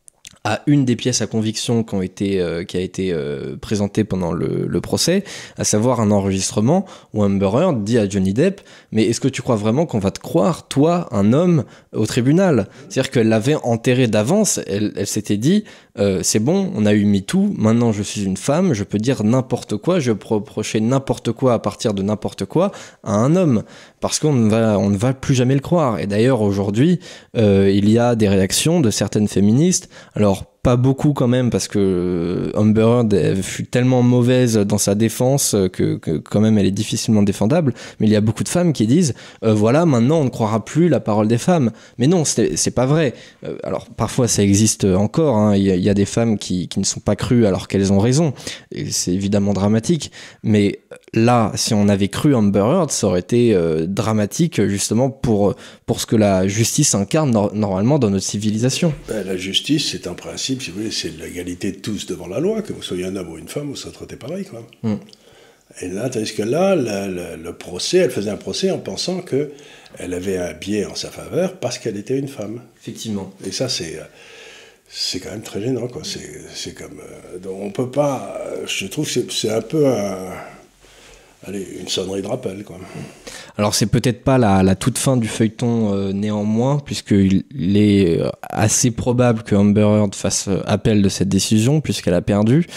à une des pièces à conviction qui, ont été, euh, qui a été euh, présentée pendant le, le procès, à savoir un enregistrement où Amber Heard dit à Johnny Depp « Mais est-ce que tu crois vraiment qu'on va te croire, toi, un homme, au tribunal ?» C'est-à-dire qu'elle l'avait enterré d'avance, elle, elle s'était dit euh, « C'est bon, on a eu MeToo, maintenant je suis une femme, je peux dire n'importe quoi, je peux reprocher n'importe quoi à partir de n'importe quoi à un homme, parce qu'on ne va, on ne va plus jamais le croire. » Et d'ailleurs, aujourd'hui, euh, il y a des réactions de certaines féministes, alors pas beaucoup quand même, parce que Amber Heard fut tellement mauvaise dans sa défense que, que quand même elle est difficilement défendable, mais il y a beaucoup de femmes qui disent euh, voilà, maintenant on ne croira plus la parole des femmes. Mais non, c'est, c'est pas vrai. Euh, alors parfois ça existe encore, hein. il, y a, il y a des femmes qui, qui ne sont pas crues alors qu'elles ont raison, et c'est évidemment dramatique, mais là, si on avait cru Amber Heard, ça aurait été euh, dramatique justement pour, pour ce que la justice incarne no- normalement dans notre civilisation. Ben, la justice, c'est un principe, si vous voulez, c'est l'égalité de tous devant la loi, que vous soyez un homme ou une femme, vous serez traité pareil, quoi. Mm. Et là, tandis que là, la, la, le procès, elle faisait un procès en pensant qu'elle avait un biais en sa faveur parce qu'elle était une femme. Effectivement. Et ça, c'est... c'est quand même très gênant, quoi. C'est, c'est comme... Euh, donc on peut pas... Je trouve que c'est, c'est un peu un... Allez, une sonnerie de rappel, quoi. Alors c'est peut-être pas la, la toute fin du feuilleton euh, néanmoins, puisqu'il il est assez probable que Amber Heard fasse appel de cette décision, puisqu'elle a perdu.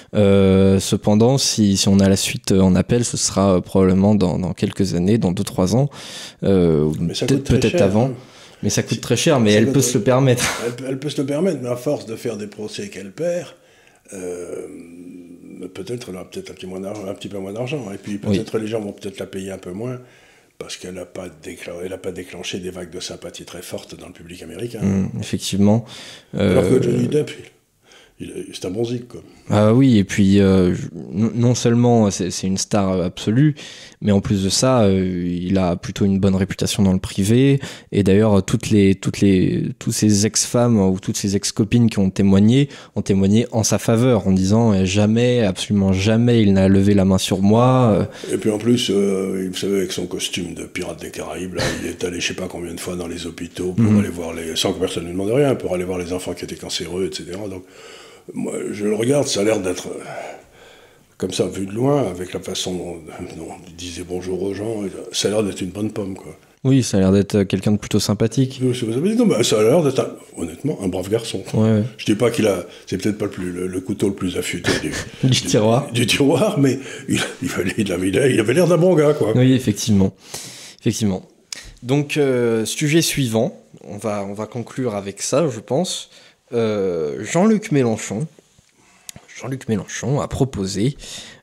Euh, cependant, si, si on a la suite en appel, ce sera probablement dans, dans quelques années, dans deux trois ans, euh, peut-être, peut-être cher, avant. Hein. Mais ça coûte très cher, mais ça elle peut se le permettre. Elle, elle peut se le permettre, mais à force de faire des procès qu'elle perd... Euh, peut-être elle aura peut-être un petit, moins un petit peu moins d'argent, et puis peut-être oui. Les gens vont peut-être la payer un peu moins parce qu'elle n'a pas, déclen- pas déclenché des vagues de sympathie très fortes dans le public américain. Mmh, effectivement. Alors euh... que Johnny Depp, il, il, c'est un bon zig, quoi. Ah oui, et puis euh, non seulement c'est, c'est une star absolue, mais en plus de ça, euh, il a plutôt une bonne réputation dans le privé. Et d'ailleurs, toutes les, toutes les, toutes ces ex-femmes ou toutes ces ex-copines qui ont témoigné ont témoigné en sa faveur, en disant jamais, absolument jamais, il n'a levé la main sur moi. Et puis en plus, euh, vous savez, avec son costume de pirate des Caraïbes, là, il est allé je sais pas combien de fois dans les hôpitaux pour mmh. aller voir les, sans que personne ne lui demande rien, pour aller voir les enfants qui étaient cancéreux, et cetera. Donc moi, je le regarde, ça a l'air d'être euh, comme ça, vu de loin, avec la façon dont, dont il disait bonjour aux gens, ça a l'air d'être une bonne pomme, quoi. Oui, ça a l'air d'être quelqu'un de plutôt sympathique. Non, bah, ça a l'air d'être, un, honnêtement, un brave garçon. Ouais, ouais. Je dis pas qu'il a, c'est peut-être pas le, plus, le, le couteau le plus affûté du, du tiroir, du, du tiroir, mais il, il, avait, il, avait, il avait l'air d'un bon gars, quoi. Oui, effectivement, effectivement. Donc, euh, sujet suivant, on va, on va conclure avec ça, je pense. Euh, Jean-Luc Mélenchon, Jean-Luc Mélenchon a proposé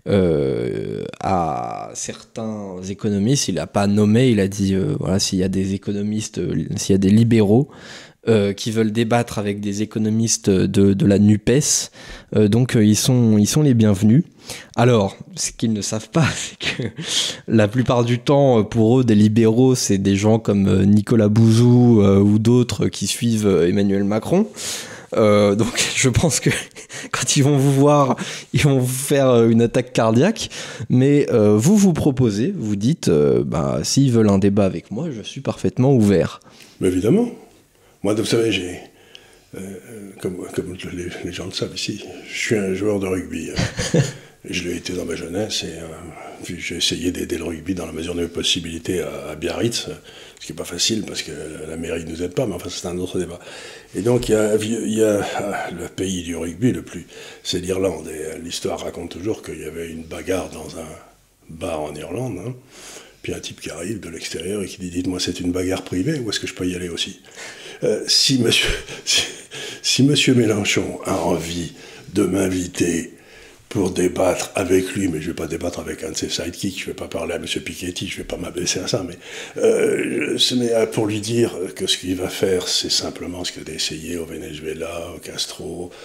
euh, à certains économistes, il n'a pas nommé, il a dit euh, voilà, s'il y a des économistes, euh, s'il y a des libéraux euh, qui veulent débattre avec des économistes de, de la NUPES, euh, donc euh, ils, sont, ils sont les bienvenus. Alors, ce qu'ils ne savent pas, c'est que la plupart du temps, pour eux, des libéraux, c'est des gens comme Nicolas Bouzou euh, ou d'autres qui suivent Emmanuel Macron. Euh, donc je pense que quand ils vont vous voir, ils vont vous faire une attaque cardiaque, mais euh, vous vous proposez, vous dites euh, bah, s'ils veulent un débat avec moi, je suis parfaitement ouvert. Mais évidemment. Moi, vous savez, j'ai euh, comme, comme les, les gens le savent ici, je suis un joueur de rugby. Hein. Je l'ai été dans ma jeunesse et euh, j'ai essayé d'aider le rugby dans la mesure de mes possibilités à, à Biarritz, ce qui n'est pas facile parce que la mairie ne nous aide pas, mais enfin c'est un autre débat. Et donc il y a, il y a ah, le pays du rugby le plus, c'est l'Irlande. Et l'histoire raconte toujours qu'il y avait une bagarre dans un bar en Irlande, hein, puis un type qui arrive de l'extérieur et qui dit « Dites-moi, c'est une bagarre privée ou est-ce que je peux y aller aussi ?» euh, si, monsieur, si, si monsieur Mélenchon a envie de m'inviter pour débattre avec lui, mais je ne vais pas débattre avec un de ses sidekicks, je ne vais pas parler à M. Piketty, je ne vais pas m'abaisser à ça, mais, euh, je, mais pour lui dire que ce qu'il va faire, c'est simplement ce qu'il a essayé au Venezuela, au Castro,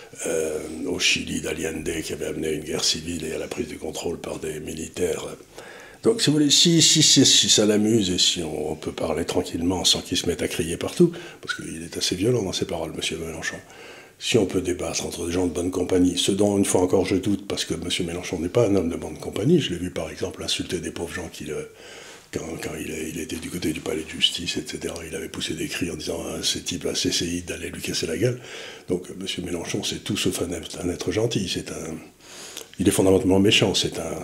euh, au Chili d'Allende, qui avait amené à une guerre civile et à la prise du contrôle par des militaires. Donc, si vous voulez, si, si, si, si ça l'amuse et si on, on peut parler tranquillement sans qu'il se mette à crier partout, parce qu'il est assez violent dans ses paroles, M. Mélenchon, si on peut débattre entre des gens de bonne compagnie, ce dont, une fois encore, je doute, parce que M. Mélenchon n'est pas un homme de bonne compagnie, je l'ai vu, par exemple, insulter des pauvres gens qui, le, quand, quand il, a, il était du côté du palais de justice, et cetera, il avait poussé des cris en disant à ces types, à C C I, d'aller lui casser la gueule. Donc, M. Mélenchon, c'est tout sauf un être, un être gentil, c'est un... Il est fondamentalement méchant, c'est un...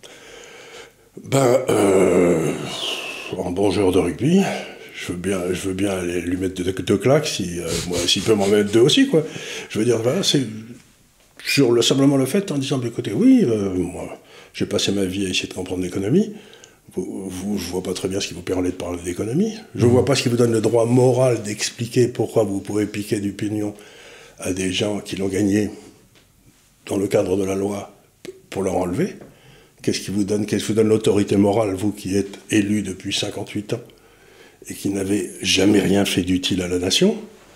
Ben, euh, en bon joueur de rugby, je veux bien, je veux bien aller lui mettre deux, deux claques, si, euh, moi, s'il peut m'en mettre deux aussi, quoi. Je veux dire, voilà, c'est sur le, simplement le fait en disant, de côté, oui, euh, moi, j'ai passé ma vie à essayer de comprendre l'économie. Vous, vous, je vois pas très bien ce qui vous permet de parler d'économie. Je vois pas ce qui vous donne le droit moral d'expliquer pourquoi vous pouvez piquer du pignon à des gens qui l'ont gagné dans le cadre de la loi pour leur enlever. Qu'est-ce qui vous donne, qu'est-ce qui vous donne l'autorité morale, vous qui êtes élu depuis cinquante-huit ans et qui n'avez jamais rien fait d'utile à la nation?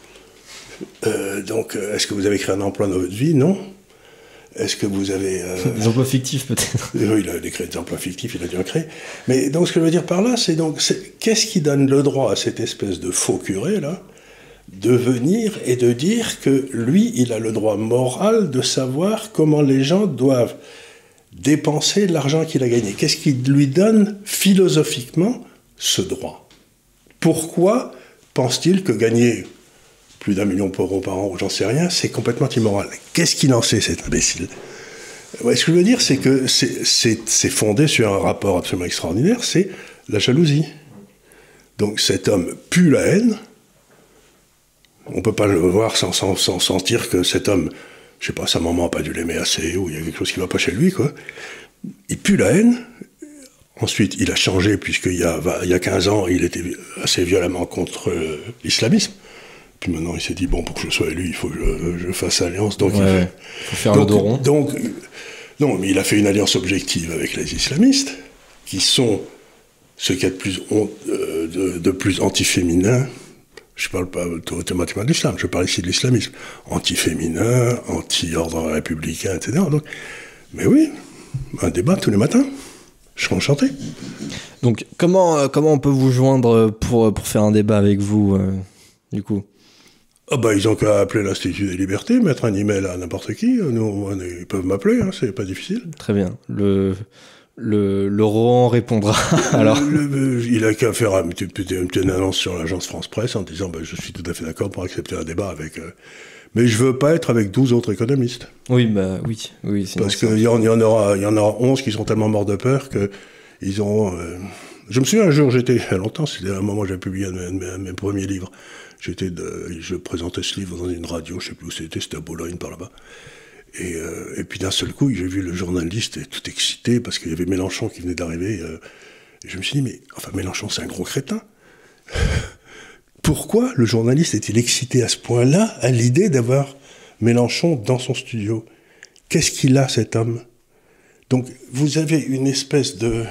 euh, Donc, est-ce que vous avez créé un emploi dans votre vie? Non. Est-ce que vous avez... Euh... Des emplois fictifs, peut-être. Oui, il a créé des emplois fictifs, il a dû en créer. Mais donc, ce que je veux dire par là, c'est donc, c'est, qu'est-ce qui donne le droit à cette espèce de faux curé, là, de venir et de dire que lui, il a le droit moral de savoir comment les gens doivent dépenser l'argent qu'il a gagné? Qu'est-ce qui lui donne philosophiquement ce droit? Pourquoi pense-t-il que gagner plus d'un million d'euros par an, ou j'en sais rien, c'est complètement immoral? Qu'est-ce qu'il en sait, cet imbécile? Ouais, ce que je veux dire, c'est que c'est, c'est, c'est fondé sur un rapport absolument extraordinaire, c'est la jalousie. Donc cet homme pue la haine. On ne peut pas le voir sans, sans, sans sentir que cet homme, je sais pas, sa maman n'a pas dû l'aimer assez, ou il y a quelque chose qui ne va pas chez lui, quoi. Il pue la haine. Ensuite, il a changé, puisqu'il y a, il y a quinze ans, il était assez violemment contre euh, l'islamisme. Puis maintenant, il s'est dit, bon, pour que je sois élu, il faut que je, je fasse alliance. Donc, ouais, il ouais. faut faire donc, le dos rond. Donc, non, mais il a fait une alliance objective avec les islamistes, qui sont ce qu'il y a de plus, on, euh, de, de plus anti-féminin. Je ne parle pas automatiquement de l'islam, je parle ici de l'islamisme. Anti-féminin, anti-ordre républicain, et cetera. Donc, mais oui, un débat tous les matins. Je serais enchanté. Donc, comment, euh, comment on peut vous joindre pour, pour faire un débat avec vous, euh, du coup? Ah bah, ils ont qu'à appeler l'Institut des Libertés, mettre un email à n'importe qui. Nous, ils peuvent m'appeler, hein, c'est pas difficile. Très bien. Le... Le, le Rohan répondra, alors. Le, le, il a qu'à faire une petite, une petite annonce sur l'agence France Presse en disant bah, « Je suis tout à fait d'accord pour accepter un débat avec... Euh, mais je veux pas être avec douze autres économistes. » Oui, bah oui. oui Parce qu'il y, y, en aura, y en aura onze qui sont tellement morts de peur qu'ils ont... Euh... Je me souviens un jour, j'étais... Il y a longtemps, c'était un moment où j'avais publié un de mes, mes, mes premiers livres. J'étais de, je présentais ce livre dans une radio, je sais plus où c'était, c'était à Boulogne par là-bas. Et, euh, et puis d'un seul coup, j'ai vu le journaliste tout excité parce qu'il y avait Mélenchon qui venait d'arriver. Euh, et je me suis dit, mais enfin, Mélenchon, c'est un gros crétin. Pourquoi le journaliste est-il excité à ce point-là à l'idée d'avoir Mélenchon dans son studio? Qu'est-ce qu'il a, cet homme? Donc, vous avez une espèce de,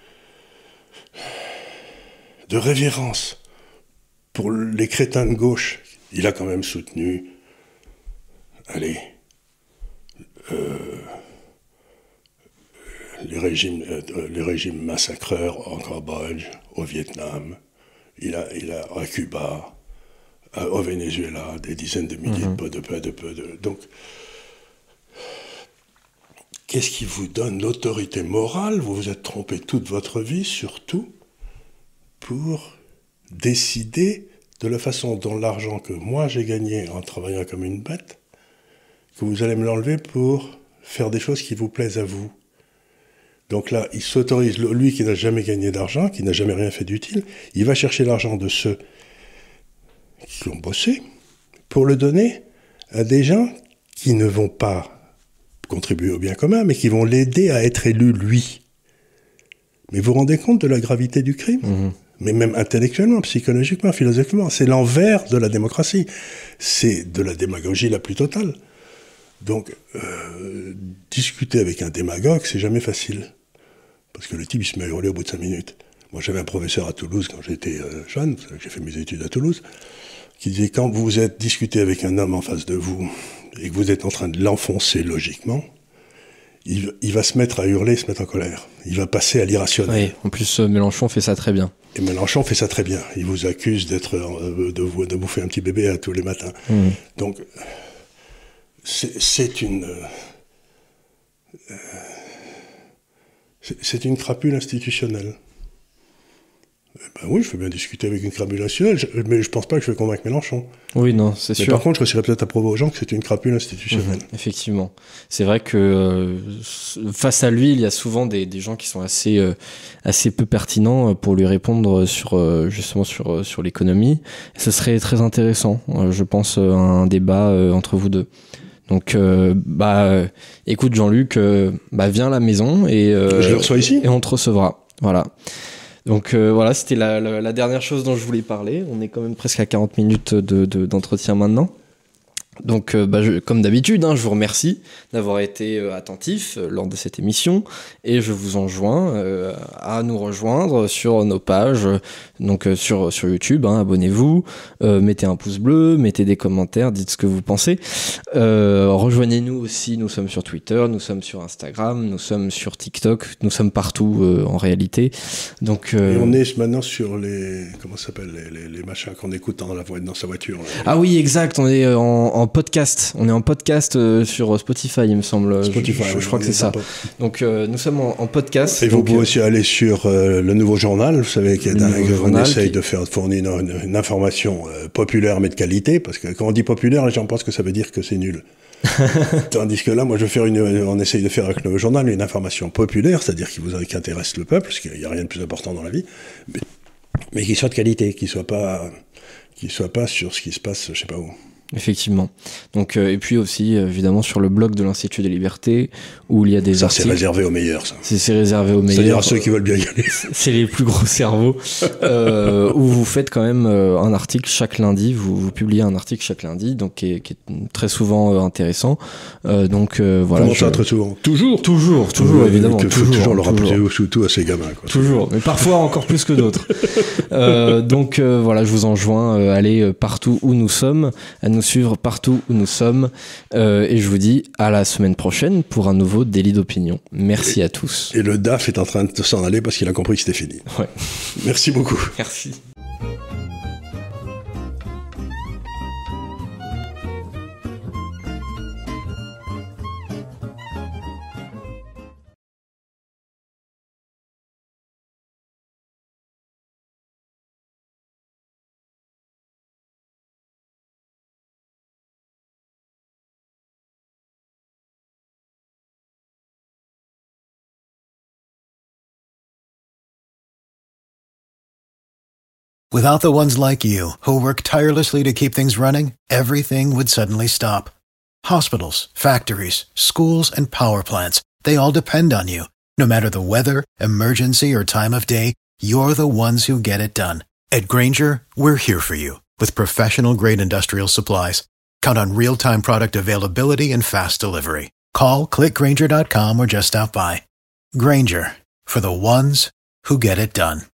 de révérence pour les crétins de gauche. Il a quand même soutenu, allez, Euh, les, régimes, euh, les régimes massacreurs en Cambodge, au Vietnam, il a, il a à Cuba, à, au Venezuela, des dizaines de milliers mm-hmm. de peu de peu de peu de... Donc, qu'est-ce qui vous donne l'autorité morale? Vous vous êtes trompé toute votre vie, surtout, pour décider de la façon dont l'argent que moi j'ai gagné en travaillant comme une bête, que vous allez me l'enlever pour faire des choses qui vous plaisent à vous. Donc là, il s'autorise, lui qui n'a jamais gagné d'argent, qui n'a jamais rien fait d'utile, il va chercher l'argent de ceux qui ont bossé pour le donner à des gens qui ne vont pas contribuer au bien commun, mais qui vont l'aider à être élu, lui. Mais vous vous rendez compte de la gravité du crime ? Mmh. Mais même intellectuellement, psychologiquement, philosophiquement, c'est l'envers de la démocratie. C'est de la démagogie la plus totale. Donc, euh, discuter avec un démagogue, c'est jamais facile. Parce que le type, il se met à hurler au bout de cinq minutes. Moi, j'avais un professeur à Toulouse quand j'étais euh, jeune, j'ai fait mes études à Toulouse, qui disait, quand vous êtes discuté avec un homme en face de vous, et que vous êtes en train de l'enfoncer logiquement, il, il va se mettre à hurler, se mettre en colère. Il va passer à l'irrationnel. Oui, en plus, euh, Mélenchon fait ça très bien. Et Mélenchon fait ça très bien. Il vous accuse d'être, euh, de, de bouffer un petit bébé à tous les matins. Mmh. Donc, c'est, c'est une... Euh, c'est, c'est une crapule institutionnelle. Ben oui, je veux bien discuter avec une crapule institutionnelle, mais je pense pas que je vais convaincre Mélenchon. Oui, non, c'est mais sûr. Par contre, je réussirais peut-être à prouver aux gens que c'est une crapule institutionnelle. Mmh, effectivement. C'est vrai que euh, face à lui, il y a souvent des, des gens qui sont assez, euh, assez peu pertinents pour lui répondre sur, euh, justement sur, sur l'économie. Et ce serait très intéressant, euh, je pense, à un débat euh, entre vous deux. Donc, euh, bah, euh, écoute Jean-Luc, euh, bah, viens à la maison et, euh, je le reçois ici. Et on te recevra. Voilà. Donc euh, voilà, c'était la, la, la dernière chose dont je voulais parler. On est quand même presque à quarante minutes de, de, d'entretien maintenant. Donc, euh, bah, je, comme d'habitude, hein, je vous remercie d'avoir été euh, attentif euh, lors de cette émission et je vous enjoins euh, à nous rejoindre sur nos pages, euh, donc euh, sur, sur YouTube, hein, abonnez-vous, euh, mettez un pouce bleu, mettez des commentaires, dites ce que vous pensez. Euh, rejoignez-nous aussi, nous sommes sur Twitter, nous sommes sur Instagram, nous sommes sur TikTok, nous sommes partout euh, en réalité. Donc, euh... Et on est maintenant sur les, comment ça s'appelle, les, les, les machins qu'on écoute dans, la, dans sa voiture. Là. Ah oui, exact, on est en, en podcast. On est en podcast euh, sur Spotify, il me semble. Spotify, je, je, je oui, crois que c'est ça. Donc euh, nous sommes en, en podcast. Et donc, vous pouvez aussi aller sur euh, le Nouveau Journal. Vous savez qu'on essaye qui... de faire de fournir une, une, une information euh, populaire mais de qualité, parce que quand on dit populaire, les gens pensent que ça veut dire que c'est nul. Tandis que là, moi, je vais faire une, on essaye de faire avec le Nouveau Journal une information populaire, c'est-à-dire qui vous qui intéresse le peuple, parce qu'il n'y a rien de plus important dans la vie, mais, mais qui soit de qualité, qui soit pas, qui soit pas sur ce qui se passe, je sais pas où. Effectivement. Donc, euh, et puis aussi, évidemment, sur le blog de l'Institut des Libertés, où il y a des ça, articles... Ça, c'est réservé aux meilleurs, ça. C'est, c'est réservé aux meilleurs. C'est-à-dire à ceux qui veulent bien y aller. C'est les plus gros cerveaux. euh, où vous faites quand même euh, un article chaque lundi. Vous, vous publiez un article chaque lundi, donc qui est, qui est très souvent euh, intéressant. Euh, donc, euh, voilà. Comment je... ça, très souvent? Toujours? Toujours, toujours, évidemment. Il faut toujours, toujours le toujours. rappeler surtout à ces gamins, quoi. Toujours, mais parfois encore plus que d'autres. euh, donc, euh, voilà, je vous enjoins à aller partout où nous sommes, à nous suivre partout où nous sommes, euh, et je vous dis à la semaine prochaine pour un nouveau délit d'opinion. Merci et, à tous. Et le D A F est en train de s'en aller parce qu'il a compris que c'était fini. Ouais. Merci beaucoup. Merci. Without the ones like you, who work tirelessly to keep things running, everything would suddenly stop. Hospitals, factories, schools, and power plants, they all depend on you. No matter the weather, emergency, or time of day, you're the ones who get it done. At Grainger, we're here for you with professional-grade industrial supplies. Count on real-time product availability and fast delivery. Call, click Grainger dot com, or just stop by. Grainger, for the ones who get it done.